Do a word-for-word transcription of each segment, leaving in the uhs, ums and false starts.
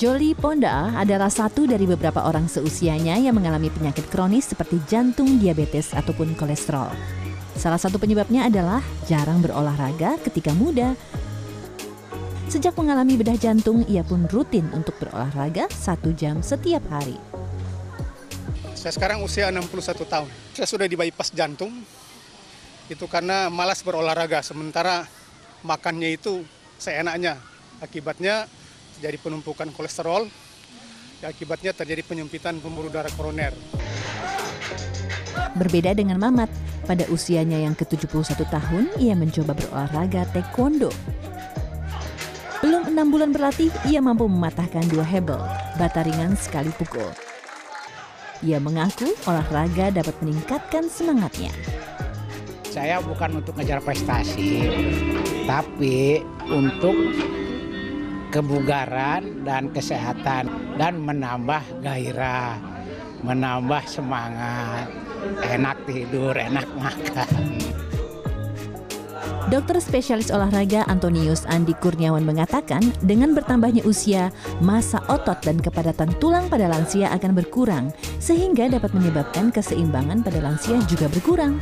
Jolie Ponda adalah satu dari beberapa orang seusianya yang mengalami penyakit kronis seperti jantung, diabetes, ataupun kolesterol. Salah satu penyebabnya adalah jarang berolahraga ketika muda. Sejak mengalami bedah jantung, ia pun rutin untuk berolahraga satu jam setiap hari. Saya sekarang usia enam puluh satu tahun. Saya sudah di bypass jantung, itu karena malas berolahraga, sementara makannya itu seenaknya. Akibatnya terjadi penumpukan kolesterol, akibatnya terjadi penyempitan pembuluh darah koroner. Berbeda dengan Mamat, pada usianya yang ke tujuh puluh satu tahun, ia mencoba berolahraga taekwondo. Belum enam bulan berlatih, ia mampu mematahkan dua hebel, bata ringan sekali pukul. Ia mengaku olahraga dapat meningkatkan semangatnya. Saya bukan untuk ngejar prestasi, tapi untuk kebugaran dan kesehatan dan menambah gairah, menambah semangat, enak tidur, enak makan. Dokter spesialis olahraga Antonius Andi Kurniawan mengatakan, dengan bertambahnya usia, massa otot dan kepadatan tulang pada lansia akan berkurang, sehingga dapat menyebabkan keseimbangan pada lansia juga berkurang.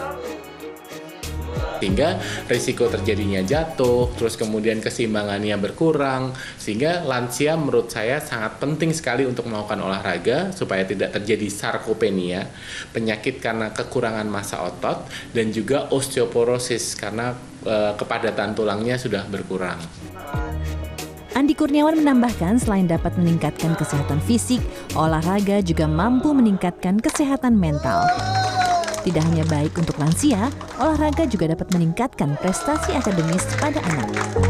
Sehingga risiko terjadinya jatuh, terus kemudian keseimbangannya berkurang, sehingga lansia menurut saya sangat penting sekali untuk melakukan olahraga supaya tidak terjadi sarkopenia, penyakit karena kekurangan massa otot, dan juga osteoporosis karena e, kepadatan tulangnya sudah berkurang. Andi Kurniawan menambahkan, selain dapat meningkatkan kesehatan fisik, olahraga juga mampu meningkatkan kesehatan mental. Tidak hanya baik untuk lansia, olahraga juga dapat meningkatkan prestasi akademis pada anak.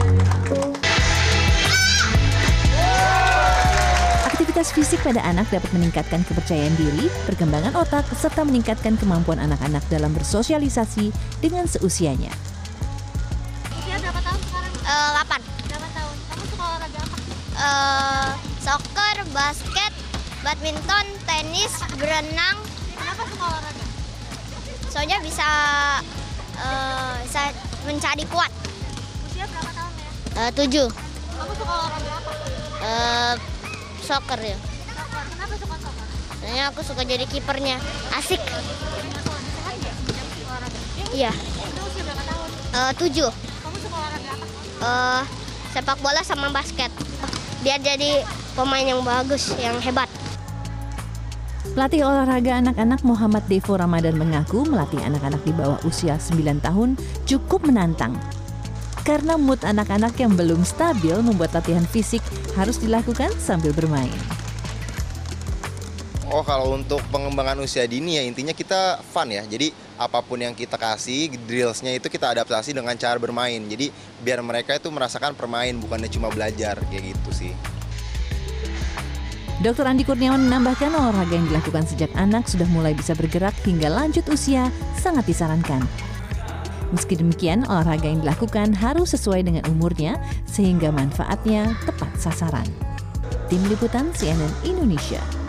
Aktivitas fisik pada anak dapat meningkatkan kepercayaan diri, perkembangan otak, serta meningkatkan kemampuan anak-anak dalam bersosialisasi dengan seusianya. Usia berapa tahun sekarang? Uh, delapan. delapan tahun. Kamu suka olahraga apa? Uh, soccer, basket, badminton, tenis, berenang. Kenapa suka olahraga? Soalnya bisa, uh, bisa mencari kuat. Usia berapa tahun ya? Uh, tujuh. Kamu suka olahraga apa? Uh, soccer ya. Soccer. Kenapa suka soccer? Soalnya aku suka jadi kipernya. Asik. Sehat ya? Olahraga? Iya. Udah usia berapa tahun? Uh, tujuh. Kamu suka olahraga apa? Uh, sepak bola sama basket. Biar jadi pemain yang bagus, yang hebat. Pelatih olahraga anak-anak Muhammad Devo Ramadan mengaku melatih anak-anak di bawah usia sembilan tahun cukup menantang. Karena mood anak-anak yang belum stabil membuat latihan fisik harus dilakukan sambil bermain. Oh, kalau untuk pengembangan usia dini ya intinya kita fun ya. Jadi apapun yang kita kasih, drills-nya itu kita adaptasi dengan cara bermain. Jadi biar mereka itu merasakan permain, bukannya cuma belajar, kayak gitu sih. Dokter Andi Kurniawan menambahkan, olahraga yang dilakukan sejak anak sudah mulai bisa bergerak hingga lanjut usia sangat disarankan. Meski demikian, olahraga yang dilakukan harus sesuai dengan umurnya sehingga manfaatnya tepat sasaran. Tim Liputan C N N Indonesia.